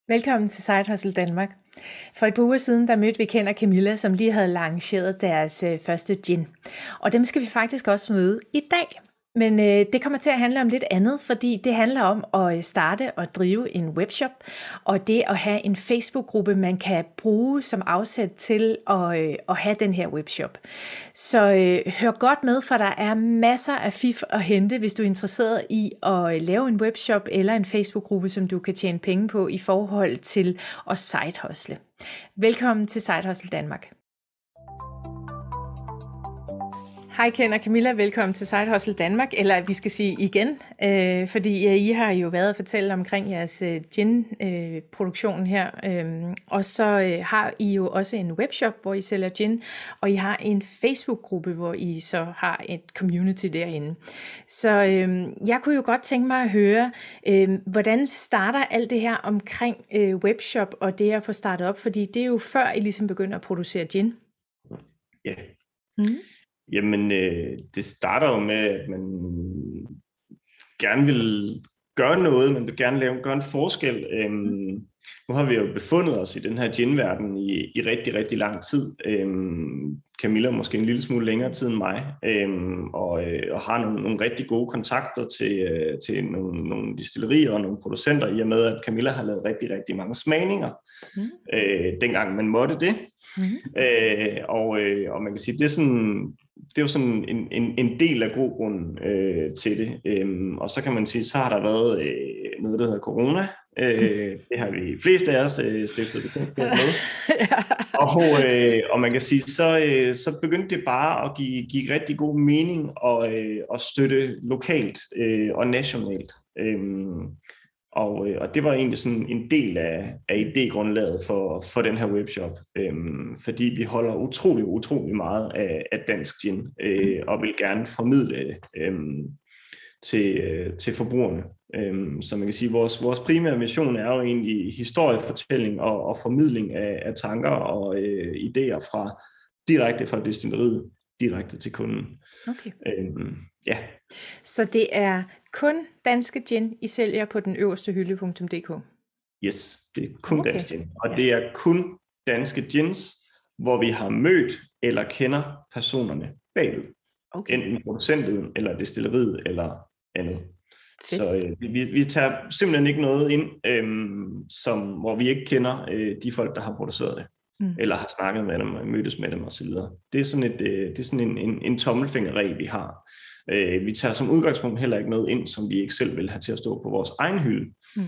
Velkommen til Side Hustle Danmark. For et par uger siden, der mødte vi Ken og Camilla, som lige havde lanceret deres første gin. Og dem skal vi faktisk også møde i dag. Men det kommer til at handle om lidt andet, fordi det handler om at starte og drive en webshop, og det at have en Facebook-gruppe, man kan bruge som afsæt til at have den her webshop. Så hør godt med, for der er masser af fif at hente, hvis du er interesseret i at lave en webshop eller en Facebook-gruppe, som du kan tjene penge på i forhold til at side-hustle. Velkommen til Side Hustle Danmark. Hej Ken og Camilla, velkommen til Side Hustle Danmark, eller vi skal sige igen, fordi I har jo været og fortælle omkring jeres gin-produktion her, og så har I jo også en webshop, hvor I sælger gin, og I har en Facebook-gruppe, hvor I så har et community derinde. Så jeg kunne jo godt tænke mig at høre, hvordan starter alt det her omkring webshop og det at få startet op, fordi det er jo før I ligesom begynder at producere gin. Ja. Jamen, det starter jo med, at man gerne vil gøre noget, man vil gerne gøre en forskel. Nu har vi jo befundet os i den her gin-verden i rigtig, rigtig lang tid. Camilla måske en lille smule længere tid end mig, og har nogle rigtig gode kontakter til nogle distillerier og nogle producenter, i og med, at Camilla har lavet rigtig, rigtig mange smagninger, dengang man måtte det. Og man kan sige, det er jo sådan en del af grogrunden til det. Og så kan man sige, så har der været noget, der hedder corona. Det har vi fleste af os stiftet bekendtskab med. Og man kan sige, så begyndte det bare at give rigtig god mening at støtte lokalt og nationalt. Og det var egentlig sådan en del af idégrundlaget for den her webshop, fordi vi holder utrolig meget af dansk gin, og vil gerne formidle til forbrugerne. Så man kan sige, vores primære mission er jo egentlig historiefortælling og formidling af tanker og idéer direkte fra destilleriet, direkte til kunden. Okay. Ja. Så det er kun danske gin, I sælger på den øverste hylde.dk? Yes, det er kun dansk gin. Og det er kun danske gins, hvor vi har mødt eller kender personerne bagved. Okay. Enten producenten eller destilleriet eller andet. Fedt. Så vi tager simpelthen ikke noget ind, hvor vi ikke kender de folk, der har produceret det. Eller har snakket med dem og mødtes med dem osv. Det er sådan en tommelfingerregel, vi har. Vi tager som udgangspunkt heller ikke noget ind, som vi ikke selv vil have til at stå på vores egen hylde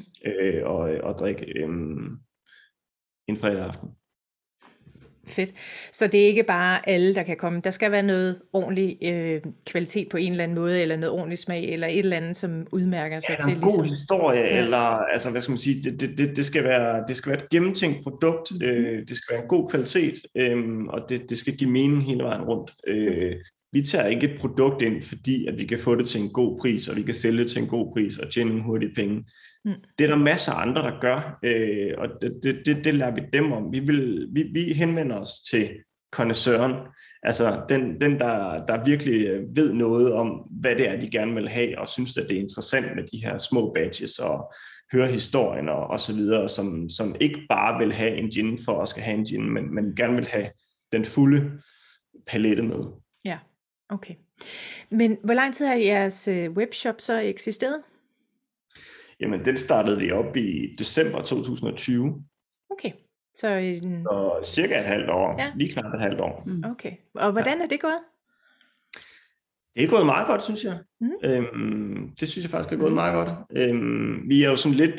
og drikke en fredag aften. Fedt. Så det er ikke bare alle, der kan komme. Der skal være noget ordentlig kvalitet på en eller anden måde, eller noget ordentlig smag, eller et eller andet, som udmærker sig til. En god historie, eller altså, hvad skal man sige, det skal være et gennemtænkt produkt, det skal være en god kvalitet, og det skal give mening hele vejen rundt. Vi tager ikke et produkt ind, fordi at vi kan få det til en god pris, og vi kan sælge det til en god pris og tjene nogle hurtige penge. Det er der masser af andre, der gør, og det lærer vi dem om. Vi henvender os til connoisseuren, altså den der virkelig ved noget om, hvad det er, de gerne vil have, og synes, at det er interessant med de her små badges, og høre historien og så videre, som ikke bare vil have en gin for at skal have en gin, men gerne vil have den fulde palette med. Ja, okay. Men hvor lang tid har jeres webshop så eksisteret? Jamen, den startede vi op i december 2020. Okay. Så cirka et halvt år. Ja. Lige knap et halvt år. Okay. Og hvordan er det gået? Det er gået meget godt, synes jeg. Det synes jeg faktisk er gået meget godt. Vi er jo sådan lidt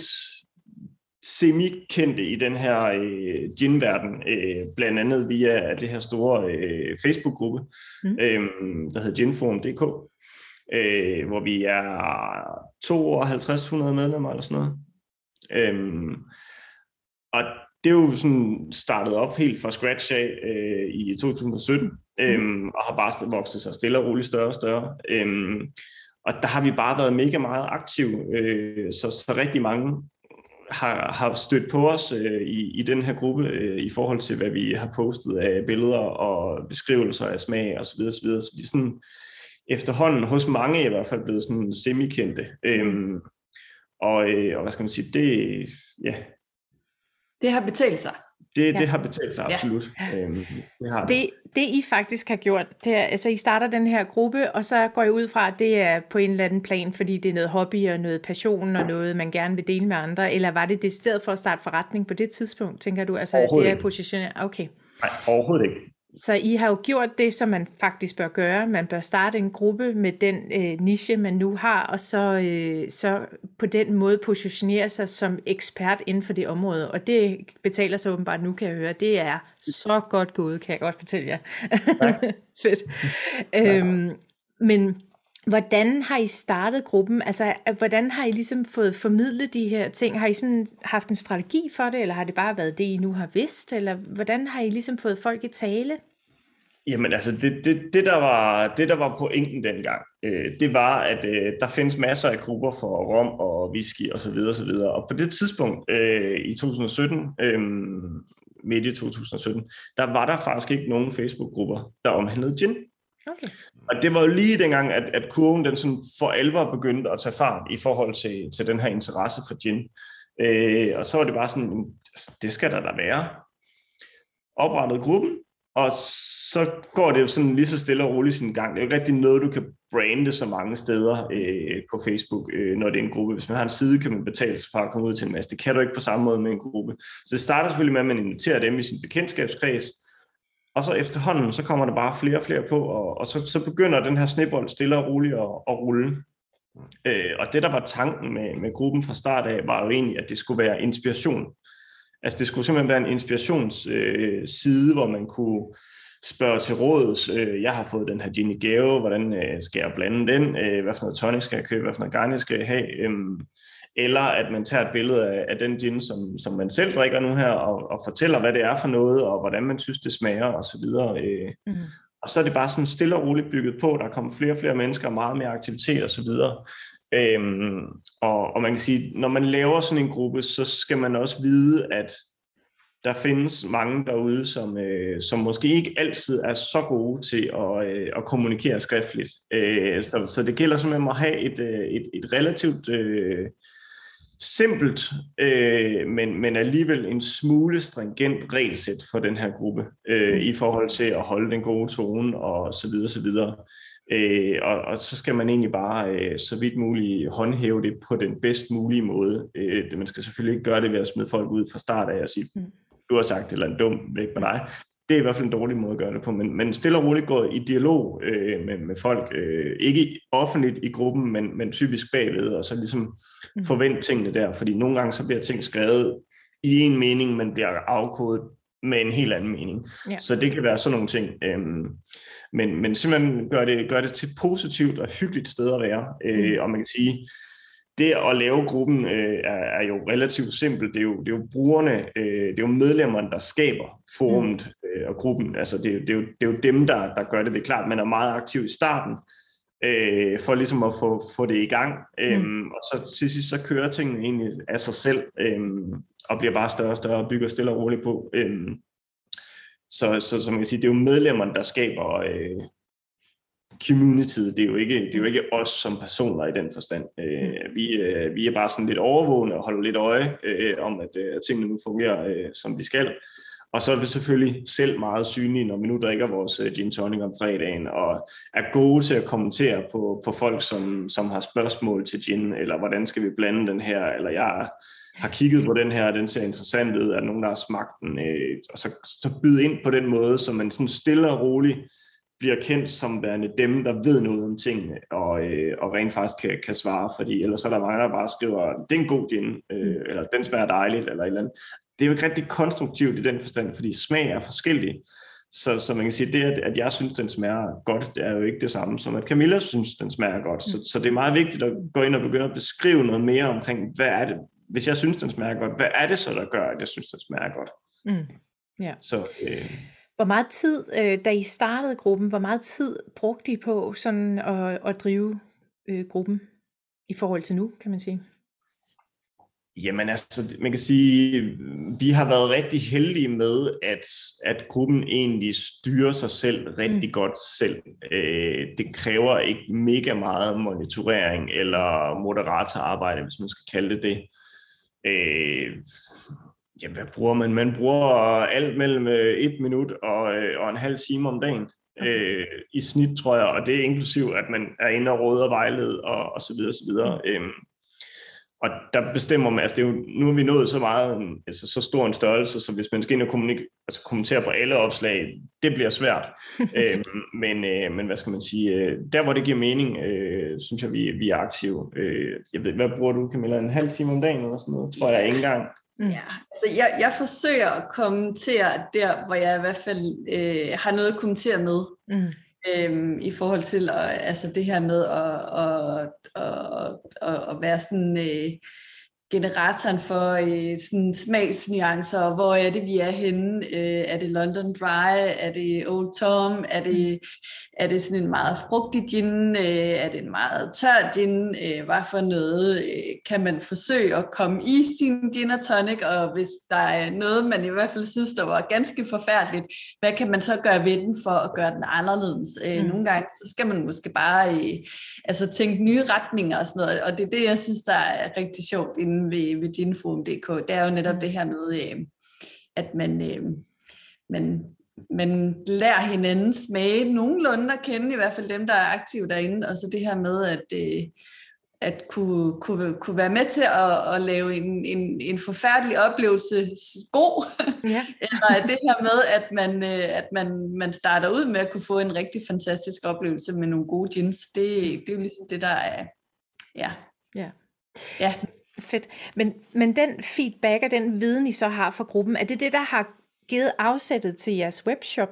semi-kendte i den her gin-verden, blandt andet via det her store Facebook-gruppe, der hedder ginforum.dk, hvor vi er 5200 medlemmer eller sådan noget. Og det er jo sådan startet op helt fra scratch af i 2017, og har bare vokset sig stille og roligt større og større. Og der har vi bare været mega meget aktive, så rigtig mange har stødt på os i den her gruppe i forhold til, hvad vi har postet af billeder og beskrivelser af smag osv. Så vi er sådan efterhånden hos mange i hvert fald blevet sådan semi-kendte. Og hvad skal man sige, det, ja, Det har betalt sig. Det har betalt sig, absolut. Ja. Det har det I faktisk har gjort, det er, altså I starter den her gruppe, og så går I ud fra, at det er på en eller anden plan, fordi det er noget hobby og noget passion og noget, man gerne vil dele med andre, eller var det decideret for at starte forretning på det tidspunkt, tænker du? Altså, det er positioneret? Okay. Nej, overhovedet ikke. Så I har jo gjort det, som man faktisk bør gøre. Man bør starte en gruppe med den niche, man nu har, og så på den måde positionere sig som ekspert inden for det område. Og det betaler sig åbenbart nu, kan jeg høre. Det er så godt gået, kan jeg godt fortælle jer. Fedt. Men hvordan har I startet gruppen? Altså, hvordan har I ligesom fået formidlet de her ting? Har I sådan haft en strategi for det, eller har det bare været det, I nu har vidst? Eller hvordan har I ligesom fået folk i tale? Jamen altså, det der var pointen dengang, det var, at der findes masser af grupper for rom og whisky og så videre, og så videre. Og på det tidspunkt i 2017, midt i 2017, der var der faktisk ikke nogen Facebook-grupper, der omhandlede gin. Okay. Og det var jo lige dengang, at kurven den sådan for alvor begyndte at tage fart i forhold til den her interesse for gin. Og så var det bare sådan, det skal der da være. Oprettede gruppen, og så går det jo sådan lige så stille og roligt sin gang. Det er jo ikke rigtig noget, du kan brande så mange steder på Facebook, når det er en gruppe. Hvis man har en side, kan man betale sig for at komme ud til en masse. Det kan du ikke på samme måde med en gruppe. Så det starter selvfølgelig med, at man inviterer dem i sin bekendtskabskreds, og så efterhånden, så kommer der bare flere og flere på, og så begynder den her snebold stille og roligt at rulle. Og det, der var tanken med gruppen fra start af, var jo egentlig, at det skulle være inspiration. Altså det skulle simpelthen være en inspirationsside, hvor man kunne spørge til råds. Jeg har fået den her gin i gave, hvordan skal jeg blande den? Hvad for noget tonic skal jeg købe? Hvad for noget garnish skal jeg have? Eller at man tager et billede af den gin, som man selv drikker nu her, og fortæller, hvad det er for noget, og hvordan man synes, det smager, og så videre. Og så er det bare sådan stille og roligt bygget på. Der kommer flere og flere mennesker, meget mere aktivitet, og så videre. Og man kan sige, når man laver sådan en gruppe, så skal man også vide, at der findes mange derude, som måske ikke altid er så gode til at kommunikere skriftligt. Så det gælder simpelthen at have et relativt simpelt, men alligevel en smule stringent regelsæt for den her gruppe, i forhold til at holde den gode tone og så videre, så videre. Og så skal man egentlig bare så vidt muligt håndhæve det på den bedst mulige måde. Man skal selvfølgelig ikke gøre det ved at smide folk ud fra start af og sige, du har sagt, eller en dum væk med dig. Det er i hvert fald en dårlig måde at gøre det på, men stille og roligt gå i dialog med folk, ikke offentligt i gruppen, men typisk bagved, og så ligesom forvente tingene der, fordi nogle gange så bliver ting skrevet i en mening, men bliver afkodet med en helt anden mening. Ja. Så det kan være sådan nogle ting. Men simpelthen gør det til positivt og hyggeligt sted at være, og man kan sige, det at lave gruppen er jo relativt simpelt. Det er jo brugerne, det er jo medlemmerne, der skaber forumet og gruppen. Altså det er jo dem, der gør det. Det er klart, man er meget aktiv i starten, for ligesom at få det i gang. Og så til sidst, så kører tingene egentlig af sig selv, og bliver bare større og større og bygger stille og roligt på. Så man kan sige, det er jo medlemmerne, der skaber communityet. Det er jo ikke os som personer i den forstand. Vi er bare sådan lidt overvågende og holder lidt øje om, at tingene nu fungerer, som de skal. Og så er vi selvfølgelig selv meget synlige, når vi nu drikker vores gin tonic om fredagen, og er gode til at kommentere på folk, som har spørgsmål til gin, eller hvordan skal vi blande den her, eller jeg har kigget på den her, den ser interessant ud, er der nogen, der har smagt den, og så byde ind på den måde, så man sådan stille og roligt bliver kendt som værende dem, der ved noget om tingene, og rent faktisk kan svare, fordi ellers er der mange, der bare skriver, det er en god gin, eller den smager dejligt, eller et eller andet. Det er jo ikke rigtig konstruktivt i den forstand, fordi smag er forskellig. Så man kan sige, det at jeg synes, den smager godt, det er jo ikke det samme som at Camilla synes, den smager godt. Så det er meget vigtigt at gå ind og begynde at beskrive noget mere omkring, hvad er det, hvis jeg synes, den smager godt, hvad er det så, der gør, at jeg synes, den smager godt? Ja. Så, Hvor meget tid, da I startede gruppen, hvor meget tid brugte I på sådan at drive gruppen i forhold til nu, kan man sige? Jamen altså, man kan sige, vi har været rigtig heldige med, at gruppen egentlig styrer sig selv rigtig godt selv. Det kræver ikke mega meget monitorering eller moderatorarbejde, hvis man skal kalde det det. Ja, hvad bruger man? Man bruger alt mellem 1 minut og en halv time om dagen. Okay. I snit, tror jeg, og det er inklusiv, at man er inde og råde og vejlede og så videre, så videre. Og der bestemmer man, altså nu er vi nået så meget, altså så stor en størrelse, så hvis man skal ind og kommentere på alle opslag, det bliver svært. Men hvad skal man sige, der hvor det giver mening, synes jeg, vi er aktive. Jeg ved, hvad bruger du, Camilla, en halv time om dagen eller sådan noget, tror jeg ikke engang. Ja, altså jeg forsøger at kommentere der, hvor jeg i hvert fald har noget at kommentere med. I forhold til altså det her med at være sådan generatoren for sådan smagsnuancer, hvor er det vi er henne? Er det London Dry? Er det Old Tom? Er det sådan en meget frugtig gin? Er det en meget tør gin? Hvad for noget kan man forsøge at komme i sin gin og tonic? Og hvis der er noget, man i hvert fald synes, der var ganske forfærdeligt, hvad kan man så gøre ved den for at gøre den anderledes? Nogle gange, så skal man måske bare altså tænke nye retninger og sådan noget. Og det er det, jeg synes, der er rigtig sjovt inde ved ginforum.dk. Det er jo netop det her med, at man lærer hinandens smage nogenlunde at kende, i hvert fald dem, der er aktive derinde, og så det her med, at kunne være med til at lave en forfærdelig oplevelse god, ja. Eller det her med, at man starter ud med at kunne få en rigtig fantastisk oplevelse med nogle gode gins, det er jo ligesom det, der er, ja. Fedt. Men den feedback og den viden, I så har fra gruppen, er det det, der har givet afsættet til jeres webshop?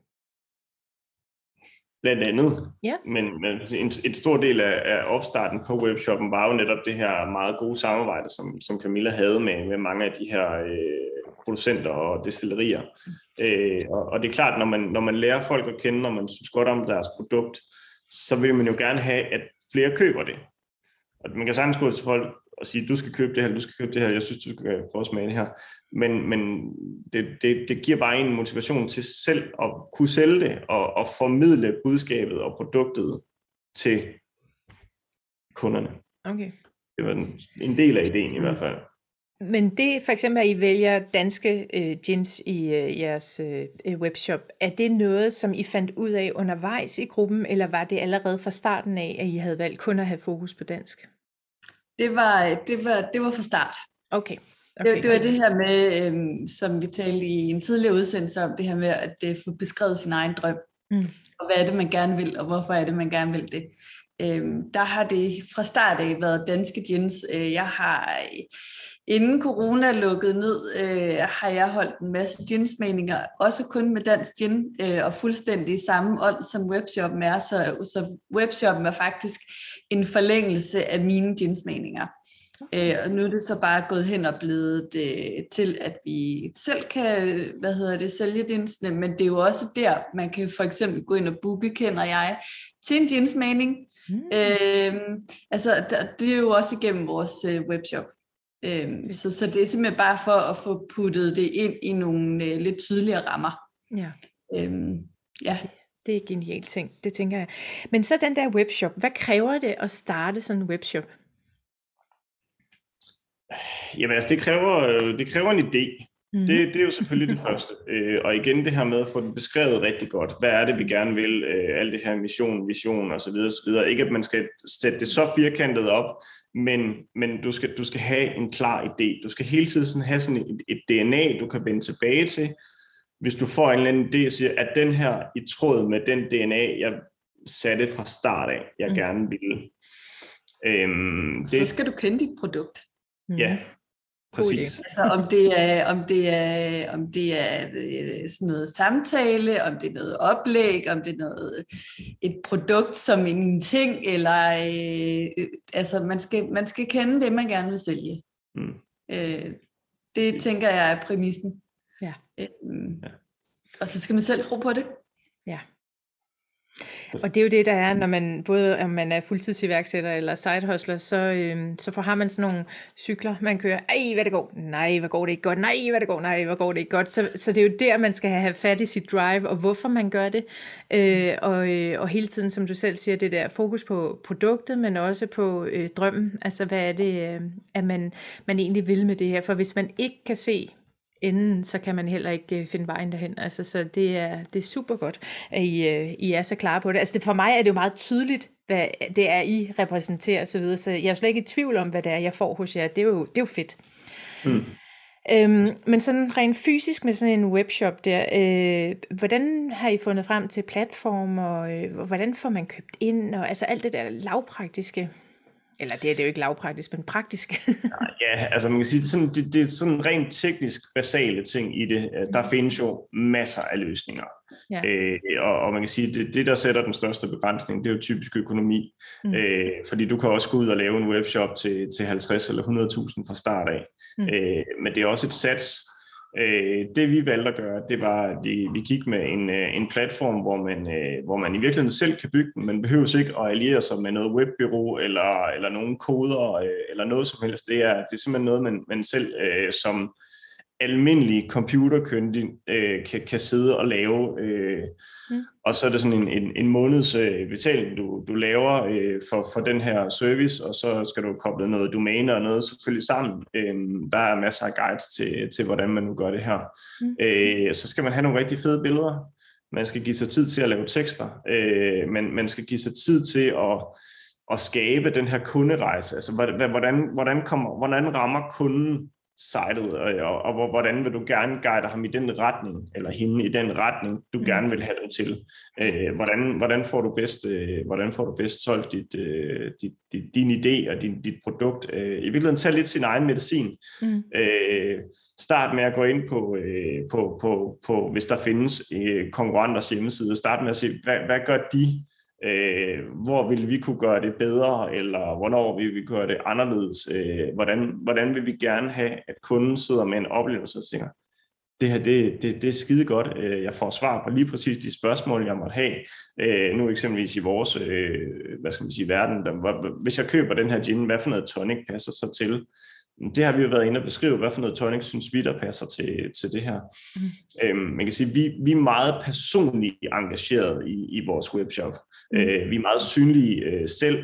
Blandt andet. Ja. Men en stor del af opstarten på webshoppen var jo netop det her meget gode samarbejde, som Camilla havde med mange af de her producenter og destillerier. Og det er klart, når man lærer folk at kende, når man synes godt om deres produkt, så vil man jo gerne have, at flere køber det. Og man kan sagtens gå til folk og sige, du skal købe det her, du skal købe det her, jeg synes, du skal prøve at smage det her. Men det giver bare en motivation til selv at kunne sælge det og formidle budskabet og produktet til kunderne. Okay. Det var en del af ideen i hvert fald. Men det for eksempel, at I vælger danske gins i jeres webshop, er det noget, som I fandt ud af undervejs i gruppen, eller var det allerede fra starten af, at I havde valgt kun at have fokus på dansk? Det var fra start. Okay. Det var det her med, som vi talte i en tidligere udsendelse om, det her med at få beskrevet sin egen drøm. Og hvad er det, man gerne vil, og hvorfor er det, man gerne vil det. Der har det fra start af været danske gins. Jeg har, inden corona lukkede ned, har jeg holdt en masse ginsmeninger, også kun med dansk gin, og fuldstændig samme ånd, som webshoppen er. Så webshoppen er faktisk en forlængelse af mine ginsmeninger. Og nu er det så bare gået hen og blevet til, at vi selv kan, sælge ginsene, men det er jo også der, man kan for eksempel gå ind og booke, kender jeg, til en ginsmening. Altså, det er jo også igennem vores webshop. Så det er simpelthen bare for at få puttet det ind i nogle lidt tydeligere rammer. Ja. Ja. Det er genialt ting, det tænker jeg. Men så den der webshop, hvad kræver det at starte sådan en webshop? Jamen altså, det kræver en idé. Det er jo selvfølgelig det første. Og igen det her med at få det beskrevet rigtig godt. Hvad er det, vi gerne vil? Alt det her mission, vision og så videre. Ikke at man skal sætte det så firkantet op, men du skal have en klar idé. Du skal hele tiden have sådan et DNA, du kan vende tilbage til. Hvis du får en eller anden idé og siger, at den her i tråd med den DNA, jeg satte fra start af, jeg gerne ville. Så skal du kende dit produkt. Ja, præcis. Altså om det er sådan noget samtale, om det er noget oplæg, om det er et produkt som en ting, eller altså man skal kende det, man gerne vil sælge. Det tænker jeg er præmissen. Ja. Og så skal man selv tro på det. Ja. Og det er jo det, der er, når man, både om man er fuldtidsiværksætter eller sidehustler, så har man sådan nogle cykler, man kører, ej, hvad det går, nej, hvad går det ikke godt, nej, hvad det går, nej, hvad går det ikke godt, så det er jo der, man skal have fat i sit drive, og hvorfor man gør det, og hele tiden, som du selv siger, det der fokus på produktet, men også på drømmen, altså hvad er det, at man egentlig vil med det her, for hvis man ikke kan se enden, så kan man heller ikke finde vejen derhen. Altså, så det er super godt, at I er så klare på det. Altså, for mig er det jo meget tydeligt, hvad det er, I repræsenterer og så videre, så jeg er jo slet ikke i tvivl om, hvad det er, jeg får hos jer. Det er jo fedt. Men sådan rent fysisk med sådan en webshop der, hvordan har I fundet frem til platform, og hvordan får man købt ind, og altså alt det der lavpraktiske? Eller det er jo ikke lavpraktisk, men praktisk. Ja, altså man kan sige, det er sådan rent teknisk basale ting i det. Der findes jo masser af løsninger. Ja. Og man kan sige, det der sætter den største begrænsning, det er jo typisk økonomi. Fordi du kan også gå ud og lave en webshop til 50 eller 100.000 fra start af. Men det er også et sats. Det vi valgte at gøre, det var, at vi gik med en platform, hvor man i virkeligheden selv kan bygge den. Man behøver ikke at alliere sig med noget webbureau eller nogle koder eller noget som helst. Det er simpelthen noget, man selv som almindelig computerkyndig kan sidde og lave. Og så er det sådan en måneds betaling, du laver for den her service, og så skal du koble noget domæne og noget selvfølgelig sammen. Der er masser af guides til hvordan man nu gør det her. Så skal man have nogle rigtig fede billeder. Man skal give sig tid til at lave tekster. Man skal give sig tid til at skabe den her kunderejse. Altså hvordan rammer kunden sitet, og hvordan vil du gerne guide ham i den retning, eller hende i den retning, du gerne vil have det til. Hvordan får du bedst solgt din idé og dit produkt. I virkeligheden tage lidt sin egen medicin. Start med at gå ind på hvis der findes konkurrenters hjemmeside, start med at se, hvad gør de? Hvor vil vi kunne gøre det bedre, eller hvornår vil vi gøre det anderledes? Hvordan vil vi gerne have, at kunden sidder med en oplevelse og tænker, det her det er skide godt, jeg får svar på lige præcis de spørgsmål, jeg måtte have. Nu eksempelvis i vores verden, hvis jeg køber den her gin, hvad for noget tonic passer så til? Det har vi jo været inde og beskrive, hvad for noget tonic synes vi, der passer til det her. Man kan sige, vi er meget personligt engageret i vores webshop. Vi er meget synlige selv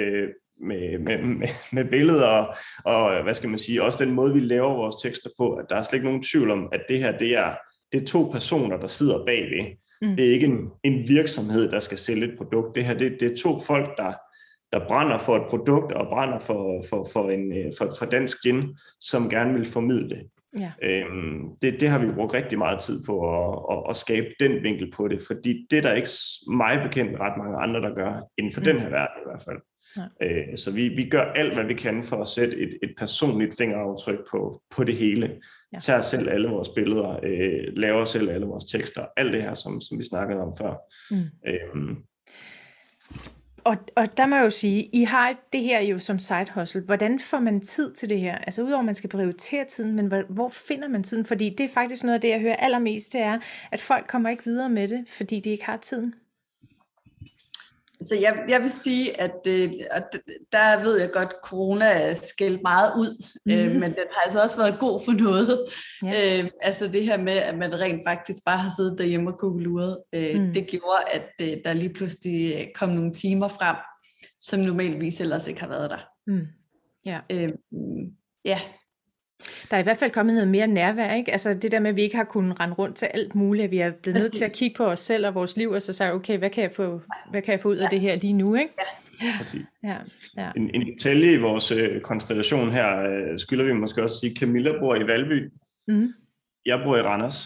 med billeder, og hvad skal man sige, også den måde, vi laver vores tekster på, at der er slet ikke nogen tvivl om, at det her, det er 2 personer, der sidder bagved. Det er ikke en virksomhed, der skal sælge et produkt. Det her, det er 2 folk, der brænder for et produkt og brænder for dansk gin, som gerne vil formidle det. Ja. Det har vi brugt rigtig meget tid på at skabe den vinkel på det, fordi det er der ikke mig bekendt ret mange andre, der gør inden for den her verden i hvert fald. Ja. Så vi gør alt, hvad vi kan for at sætte et personligt fingeraftryk på det hele. Ja. Tager selv alle vores billeder, laver selv alle vores tekster, alt det her, som vi snakkede om før. Og der må jeg jo sige, I har det her jo som side hustle. Hvordan får man tid til det her? Altså udover at man skal prioritere tiden, men hvor finder man tiden? Fordi det er faktisk noget af det, jeg hører allermest, det er, at folk kommer ikke videre med det, fordi de ikke har tiden. Så jeg vil sige, at der ved jeg godt, at corona er skældt meget ud, men den har altså også været god for noget. Ja. Altså det her med, at man rent faktisk bare har siddet derhjemme og kukkeluret, det gjorde, at der lige pludselig kom nogle timer frem, som normalvis ellers ikke har været der. Ja. Ja. Der er i hvert fald kommet noget mere nærvær, ikke? Altså det der med, at vi ikke har kunnet rende rundt til alt muligt, vi er blevet nødt til at kigge på os selv og vores liv, og så sige, okay, hvad kan jeg få ud af det her lige nu, ikke? Ja. Præcis. Ja. En detalje i vores konstellation her, skylder vi måske også sige, Camilla bor i Valby, jeg bor i Randers,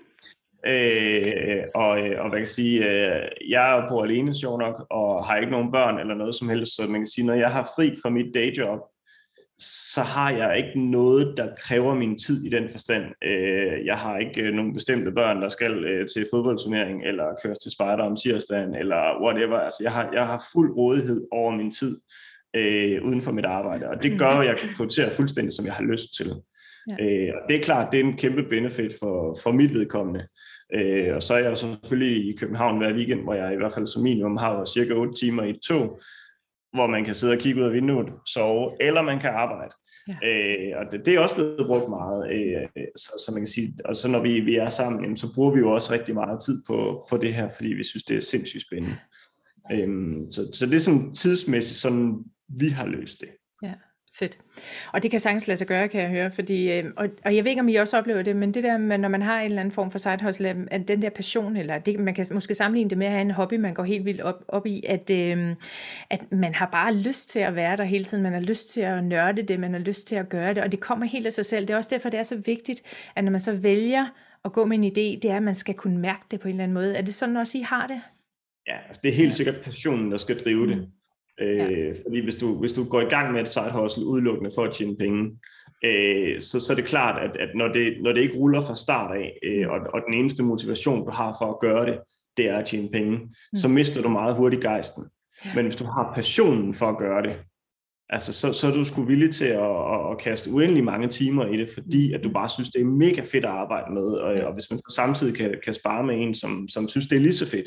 og hvad kan sige, jeg bor alene, sjov nok, og har ikke nogen børn eller noget som helst, så man kan sige, når jeg har fri fra mit dayjob, så har jeg ikke noget, der kræver min tid i den forstand. Jeg har ikke nogen bestemte børn, der skal til fodboldturnering, eller køres til spejder om tirsdagen, eller whatever. Altså, jeg har fuld rådighed over min tid uden for mit arbejde, og det gør, at jeg kan prioritere fuldstændig, som jeg har lyst til. Ja. Og det er klart, det er en kæmpe benefit for mit vedkommende. Og så er jeg selvfølgelig i København hver weekend, hvor jeg i hvert fald som minimum har cirka 8 timer i et tog, hvor man kan sidde og kigge ud af vinduet, sove, eller man kan arbejde. Ja. Og det er også blevet brugt meget, så man kan sige, og så når vi er sammen, jamen, så bruger vi jo også rigtig meget tid på det her, fordi vi synes, det er sindssygt spændende. Så det er sådan tidsmæssigt, sådan vi har løst det. Ja. Fedt. Og det kan sagtens lade sig gøre, kan jeg høre, fordi, og jeg ved ikke, om I også oplever det, men det der med, når man har en eller anden form for side hustle, at den der passion, eller det, man kan måske sammenligne det med at have en hobby, man går helt vildt op i, at man har bare lyst til at være der hele tiden, man har lyst til at nørde det, man har lyst til at gøre det, og det kommer helt af sig selv. Det er også derfor, det er så vigtigt, at når man så vælger at gå med en idé, det er, at man skal kunne mærke det på en eller anden måde. Er det sådan også, I har det? Ja, altså det er helt sikkert passionen, der skal drive det. Fordi hvis du går i gang med et side hustle udelukkende for at tjene penge, så er det klart, at når det ikke ruller fra start af, og den eneste motivation, du har for at gøre det, det er at tjene penge, så mister du meget hurtigt gejsten. Men hvis du har passionen for at gøre det, altså så er du sgu villig til at kaste uendelig mange timer i det, fordi at du bare synes, det er mega fedt at arbejde med, og hvis man så samtidig kan spare med en, som synes, det er lige så fedt,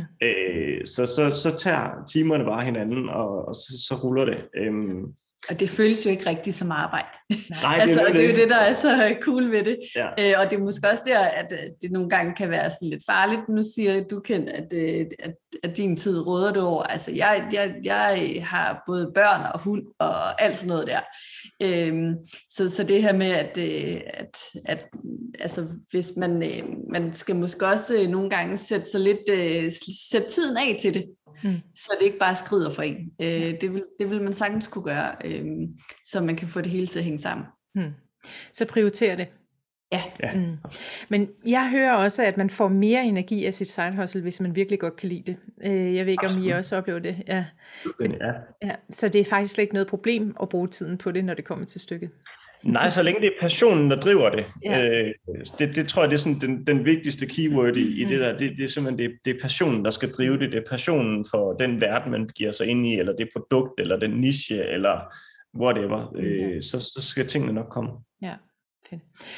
så tager timerne bare hinanden, og så ruller det. Og det føles jo ikke rigtig som arbejde. Nej, altså, det er jo det, der er så cool ved det. Ja. Og det er måske også der, at det nogle gange kan være sådan lidt farligt. Nu siger du, Ken, at din tid råder du over. Altså, jeg har både børn og hund og alt sådan noget der. Så det her med, at altså, hvis man skal måske også nogle gange sætte tiden af til det. Så det ikke bare skrider for en. Det vil man sagtens kunne gøre, så man kan få det hele til at hænge sammen. Så prioriter det. Ja. Men jeg hører også, at man får mere energi af sit side hustle, hvis man virkelig godt kan lide det. Jeg ved ikke, om I også oplever det. Ja. Så det er faktisk slet ikke noget problem at bruge tiden på det, når det kommer til stykket. Nej, så længe det er passionen, der driver det. Ja. Det tror jeg, det er sådan den vigtigste keyword i det der. Det er simpelthen det er passionen, der skal drive det. Det er passionen for den verden, man giver sig ind i, eller det produkt, eller den niche, eller whatever. Så skal tingene nok komme. Ja, fedt.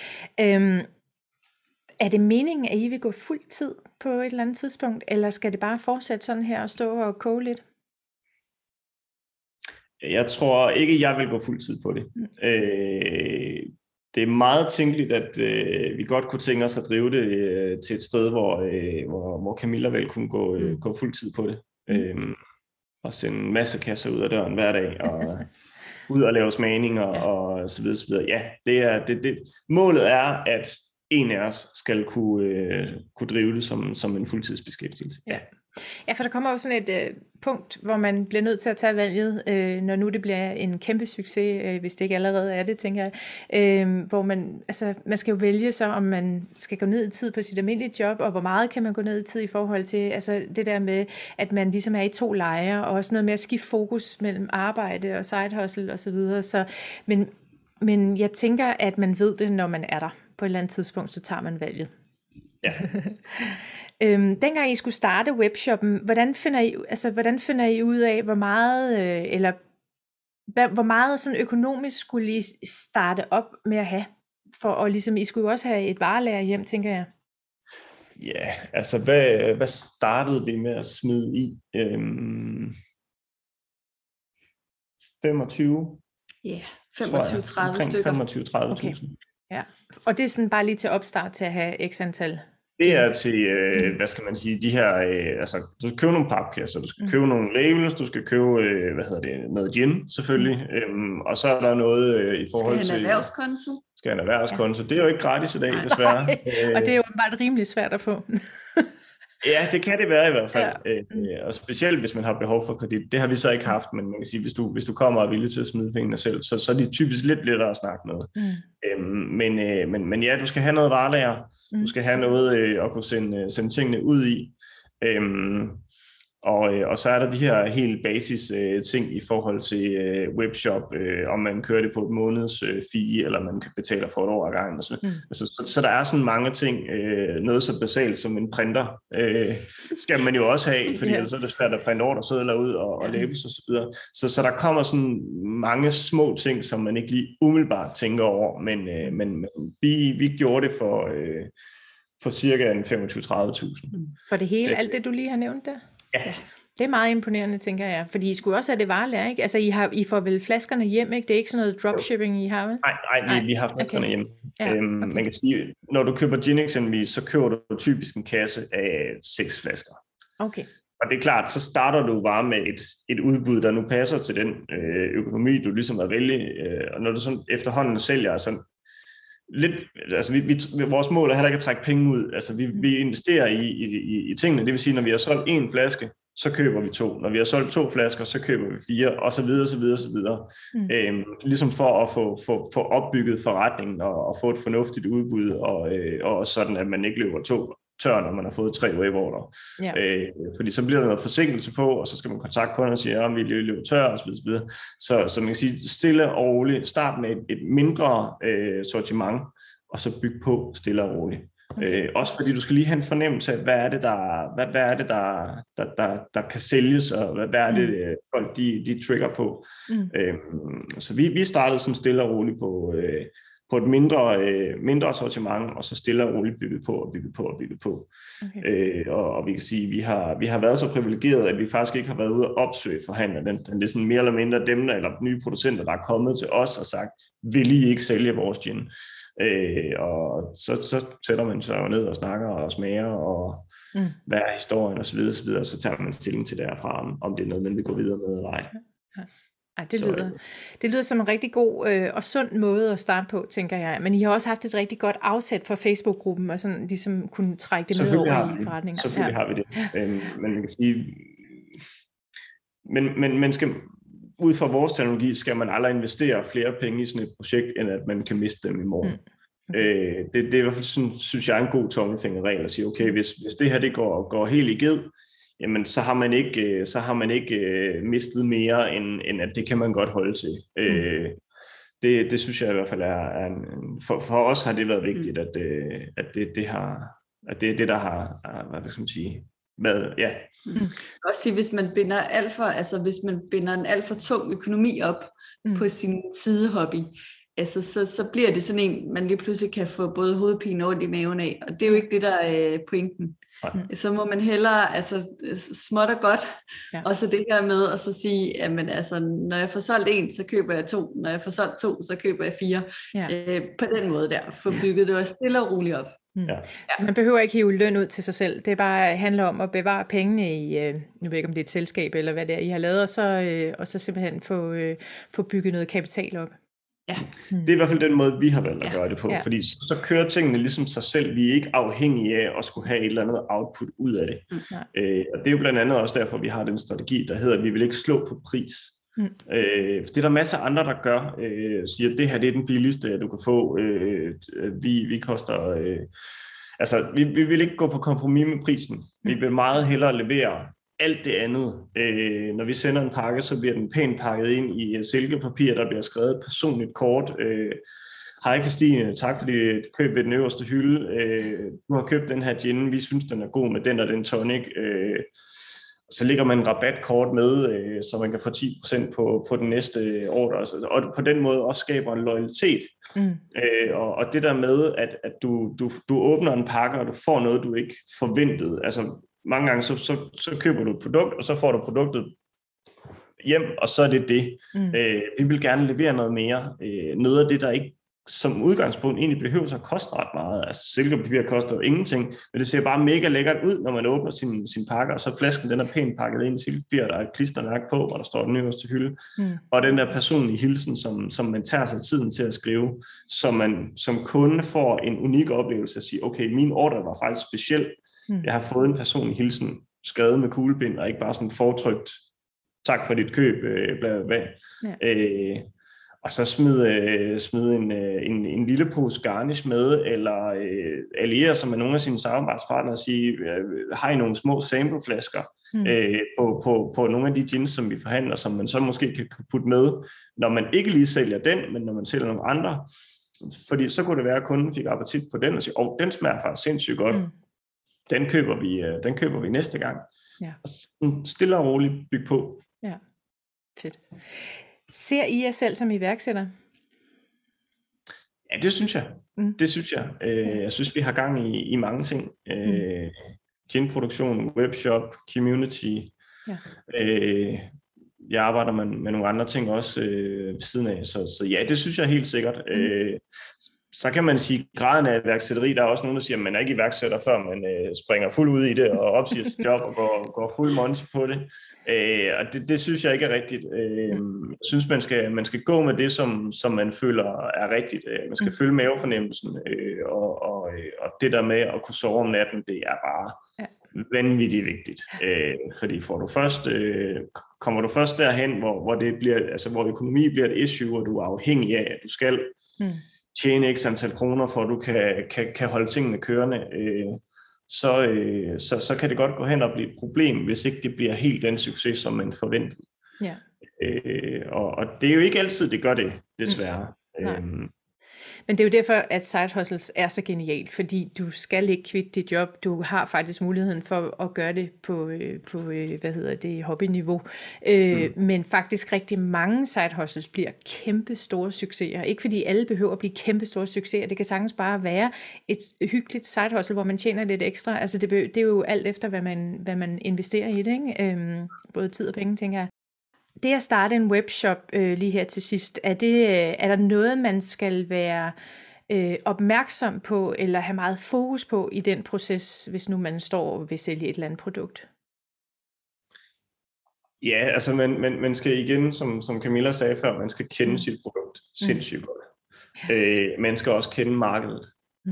Er det meningen, at I vil gå fuld tid på et eller andet tidspunkt, eller skal det bare fortsætte sådan her og stå og koge lidt? Jeg tror ikke, jeg vil gå fuld tid på det. Det er meget tænkeligt, at vi godt kunne tænke os at drive det til et sted, hvor Camilla vel kunne gå fuld tid på det. Og sende en masse kasser ud af døren hver dag, og ud og lave smagninger, og så videre, så videre. Ja, det. Målet er, at en af os skal kunne drive det som en fuldtidsbeskæftigelse. Ja, for der kommer jo sådan et punkt, hvor man bliver nødt til at tage valget, når nu det bliver en kæmpe succes, hvis det ikke allerede er det, tænker jeg. Hvor man skal jo vælge så, om man skal gå ned i tid på sit almindelige job, og hvor meget kan man gå ned i tid i forhold til det der med, at man ligesom er i to lejre, og også noget med at skifte fokus mellem arbejde og side hustle og så videre. Men jeg tænker, at man ved det, når man er der. På et eller andet tidspunkt, så tager man valget. Ja. Dengang I skulle starte webshoppen, hvordan finder I ud af, hvor meget sådan økonomisk skulle I starte op med at have? Og ligesom, I skulle jo også have et varelager hjem, tænker jeg. Ja, altså hvad startede vi med at smide i? 25? Ja, 25-30 stykker. 25-30.000. Okay. Ja, og det er sådan bare lige til opstart til at have x antal. Det er til, hvad skal man sige, de her, altså du skal købe nogle papkasser, du skal købe nogle labels, du skal købe, noget gin selvfølgelig, og så er der noget i forhold til... Skal have en erhvervskonto? Skal have en erhvervskonto. Det er jo ikke gratis i dag, desværre. Og det er jo bare rimelig svært at få. Ja, det kan det være i hvert fald, og specielt hvis man har behov for kredit. Det har vi så ikke haft, men man kan sige, hvis du kommer og er villig til at smide fingrene selv, så er de typisk lidt lettere at snakke med. Men ja, du skal have noget varelager, du skal have noget at kunne sende tingene ud i, og så er der de her helt basis ting i forhold til webshop, om man kører det på et måneds fee, eller man kan betale for et år ad gangen. Så der er sådan mange ting, noget så basalt som en printer, skal man jo også have, fordi ellers er det svært at printe ordersedler ud og labels og så videre. Så der kommer sådan mange små ting, som man ikke lige umiddelbart tænker over, men vi gjorde det for cirka 25-30.000. For det hele, alt det du lige har nævnt der? Ja. Det er meget imponerende, tænker jeg, fordi I skulle også have det varelager, ikke? Altså, I får vel flaskerne hjem, ikke? Det er ikke sådan noget dropshipping, I har, vel? Nej, vi har flaskerne hjem. Ja, okay. Man kan sige, når du køber gin eksempelvis, så køber du typisk en kasse af 6 flasker. Okay. Og det er klart, så starter du bare med et udbud, der nu passer til den økonomi, du ligesom er vælge. Og når du sådan efterhånden sælger, sådan lidt, altså vores mål er heller ikke at trække penge ud. Altså vi investerer i tingene. Det vil sige, når vi har solgt 1 flaske, så køber vi 2. Når vi har solgt 2 flasker, så køber vi 4, og så videre, så videre, så videre. Ligesom for at få opbygget forretningen og få et fornuftigt udbud, og sådan, at man ikke løber tør, når man har fået 3 wave-order. Ja. Fordi så bliver der noget forsinkelse på, og så skal man kontakte kunden og sige, at vi løber tør, og så videre. Så man kan sige, stille og roligt, start med et mindre sortiment, og så bygge på stille og roligt. Okay. Også fordi du skal lige have en fornemmelse af, hvad er det, der kan sælges, og hvad er det, folk de trigger på. Så vi startede sådan stille og roligt på et mindre sortiment, og så stille og roligt bygget på. Okay. Og vi kan sige, vi har været så privilegeret, at vi faktisk ikke har været ude og opsøge forhandlere. Det er sådan mere eller mindre dem, eller nye producenter, der er kommet til os og sagt, vil I ikke sælge vores gin? Og så sætter man sig jo ned og snakker og smager, og hvad er historien og så videre, så tager man stilling til derfra, om det er noget, man vil gå videre med eller ej. Ej, det lyder som en rigtig god og sund måde at starte på, tænker jeg. Men I har også haft et rigtig godt afsæt for Facebook-gruppen, og sådan ligesom kunne trække det med over i forretningen. Selvfølgelig har vi det. Men man kan sige, men man skal, ud fra vores teknologi, skal man aldrig investere flere penge i sådan et projekt, end at man kan miste dem i morgen. Okay. Det er i hvert fald sådan, synes jeg, en god tommelfingerregel at sige, okay, hvis det her det går helt i ged, jamen så har man ikke mistet mere, end at det kan man godt holde til. Det synes jeg i hvert fald er for os har det været vigtigt, at det er det, der har, hvad skal man sige, været, ja. Også sige, hvis man binder en alt for tung økonomi op på sin sidehobby, altså, så bliver det sådan en, man lige pludselig kan få både hovedpine og ondt i maven af, og det er jo ikke det, der er pointen. Så må man hellere småt og godt, og så det her med at så sige, jamen altså, når jeg får solgt 1, så køber jeg 2, når jeg får solgt 2, så køber jeg 4. På den måde der, få bygget det også stille og roligt op. Så man behøver ikke hive løn ud til sig selv. Det bare handler om at bevare pengene i, jeg ved ikke om det er et selskab eller hvad det er, I har lavet, og så simpelthen få bygget noget kapital op. Ja. Det er i hvert fald den måde, vi har valgt at gøre det på, fordi så kører tingene ligesom sig selv. Vi er ikke afhængige af at skulle have et eller andet output ud af det. Og det er jo blandt andet også derfor, vi har den strategi, der hedder, at vi vil ikke slå på pris. Det er der masser af andre, der gør. Siger, at det her det er den billigste, du kan få. Vi koster... vi vil ikke gå på kompromis med prisen. Vi vil meget hellere levere alt det andet. Når vi sender en pakke, så bliver den pænt pakket ind i silkepapir, der bliver skrevet personligt kort. Hej Christine, tak fordi du købte ved den øverste hylde. Du har købt den her gin, vi synes den er god med den og den tonic. Så lægger man en rabatkort med, så man kan få 10% på den næste ordre. Og på den måde også skaber en loyalitet. Og det der med, at du åbner en pakke, og du får noget, du ikke forventede. Altså mange gange, så køber du et produkt, og så får du produktet hjem, og så er det det. Vi vil gerne levere noget mere. Noget af det, der ikke som udgangspunkt egentlig behøver så at koste ret meget. Altså silkepapir koster jo ingenting, men det ser bare mega lækkert ud, når man åbner sin pakke, og så flasken den er pænt pakket ind i silkepapir, der er et klistermærke på, hvor der står den øverste hylde. Og den der personlige hilsen, som man tager sig tiden til at skrive, så man som kunde får en unik oplevelse at sige, okay, min ordre var faktisk speciel. Jeg har fået en personlig hilsen, skrevet med kuglebind, og ikke bare sådan fortrykt, tak for dit køb, bla bla bla. Og så smide en lille pose garnish med, eller alliere sig med nogle af sine samarbejdspartnere og sige, har I nogle små sampleflasker på nogle af de gins, som vi forhandler, som man så måske kan putte med, når man ikke lige sælger den, men når man sælger nogle andre. Fordi så kunne det være, at kunden fik appetit på den og sige, den smager faktisk sindssygt godt. Den køber vi næste gang. Og stille og roligt bygge på. Ja, fedt. Ser I jer selv som iværksætter? Ja, det synes jeg. Det synes jeg. Jeg synes, vi har gang i mange ting. Ginproduktion, webshop, community. Jeg arbejder med nogle andre ting også ved siden af. Så ja, det synes jeg helt sikkert. så kan man sige, graden af iværksætteri, der er også nogen, der siger, at man er ikke iværksætter, før man springer fuld ud i det, og opsiger sit job, og går fuld monster på det. Og det synes jeg ikke er rigtigt. Jeg synes, man skal gå med det, som man føler er rigtigt. Man skal følge mavefornemmelsen, og det der med at kunne sove om natten, det er bare vanvittigt vigtigt. Fordi kommer du først derhen, hvor det bliver, altså hvor økonomi bliver et issue, og du er afhængig af, at du skal tjene x antal kroner, for at du kan holde tingene kørende, så kan det godt gå hen og blive et problem, hvis ikke det bliver helt den succes, som man forventer. Ja. Og det er jo ikke altid, det gør det, desværre. Men det er jo derfor, at side hustles er så genialt, fordi du skal ikke kvitte dit job. Du har faktisk muligheden for at gøre det på hobbyniveau. Men faktisk rigtig mange side hustles bliver kæmpe store succeser. Ikke fordi alle behøver at blive kæmpe store succeser. Det kan sagtens bare være et hyggeligt side hustle, hvor man tjener lidt ekstra. Altså det er jo alt efter, hvad man investerer i det, ikke? Både tid og penge, tænker jeg. Det at starte en webshop lige her til sidst, er der noget, man skal være opmærksom på, eller have meget fokus på i den proces, hvis nu man står og vil sælge et eller andet produkt? Ja, altså man skal igen, som Camilla sagde før, man skal kende sit produkt sindssygt godt. Man skal også kende markedet.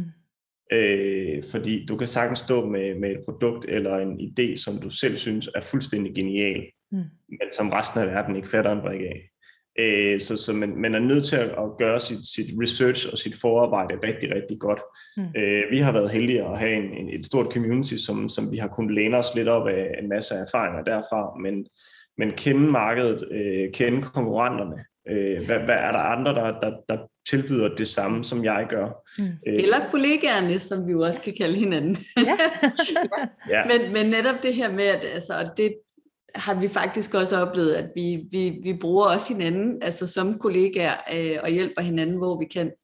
Fordi du kan sagtens stå med et produkt eller en idé, som du selv synes er fuldstændig genial, men som resten af verden ikke fatter en brik af. Så man er nødt til at gøre sit research og sit forarbejde rigtig, rigtig godt. Vi har været heldige at have et stort community, som vi har kunnet læne os lidt op af en masse erfaringer derfra, men kende markedet, kende konkurrenterne. Hvad er der andre, der tilbyder det samme, som jeg gør? Eller kollegaerne, som vi jo også kan kalde hinanden. Ja. Men netop det her med, at det har vi faktisk også oplevet, at vi bruger også hinanden, altså som kollegaer, og hjælper hinanden, hvor vi kan.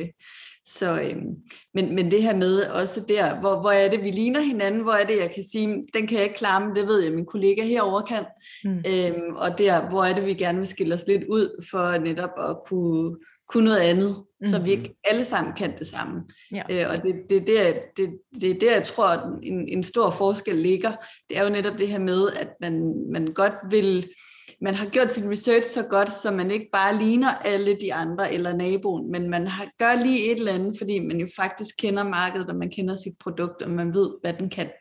Men det her med også der, hvor er det, vi ligner hinanden, hvor er det, jeg kan sige, den kan jeg ikke klare, men det ved jeg, min kollega herovre kan. Og der, hvor er det, vi gerne vil skille os lidt ud, for netop at kunne noget andet, så vi ikke alle sammen kan det samme. Og det er der, jeg tror, at en stor forskel ligger. Det er jo netop det her med, at man godt vil... Man har gjort sin research så godt, så man ikke bare ligner alle de andre eller naboen, men man gør lige et eller andet, fordi man jo faktisk kender markedet, og man kender sit produkt, og man ved, hvad den kan,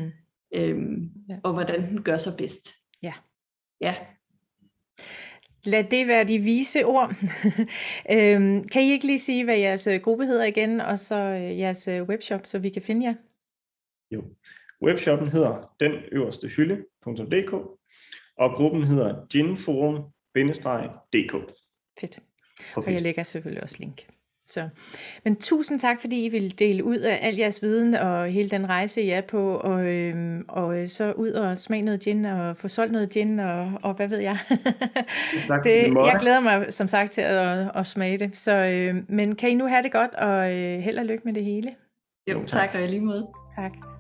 og hvordan den gør sig bedst. Ja. Lad det være de vise ord. Kan I ikke lige sige, hvad jeres gruppe hedder igen, og så jeres webshop, så vi kan finde jer? Jo. Webshoppen hedder denøverstehylde.dk, og gruppen hedder ginforum-dk. Fedt. Og jeg lægger selvfølgelig også link. Men tusind tak, fordi I vil dele ud af al jeres viden og hele den rejse, I er på, og så ud og smage noget gin og få solgt noget gin og hvad ved jeg. Jeg glæder mig som sagt til at smage det. Men kan I nu have det godt, og held og lykke med det hele? Jo, tak og i lige måde. Tak.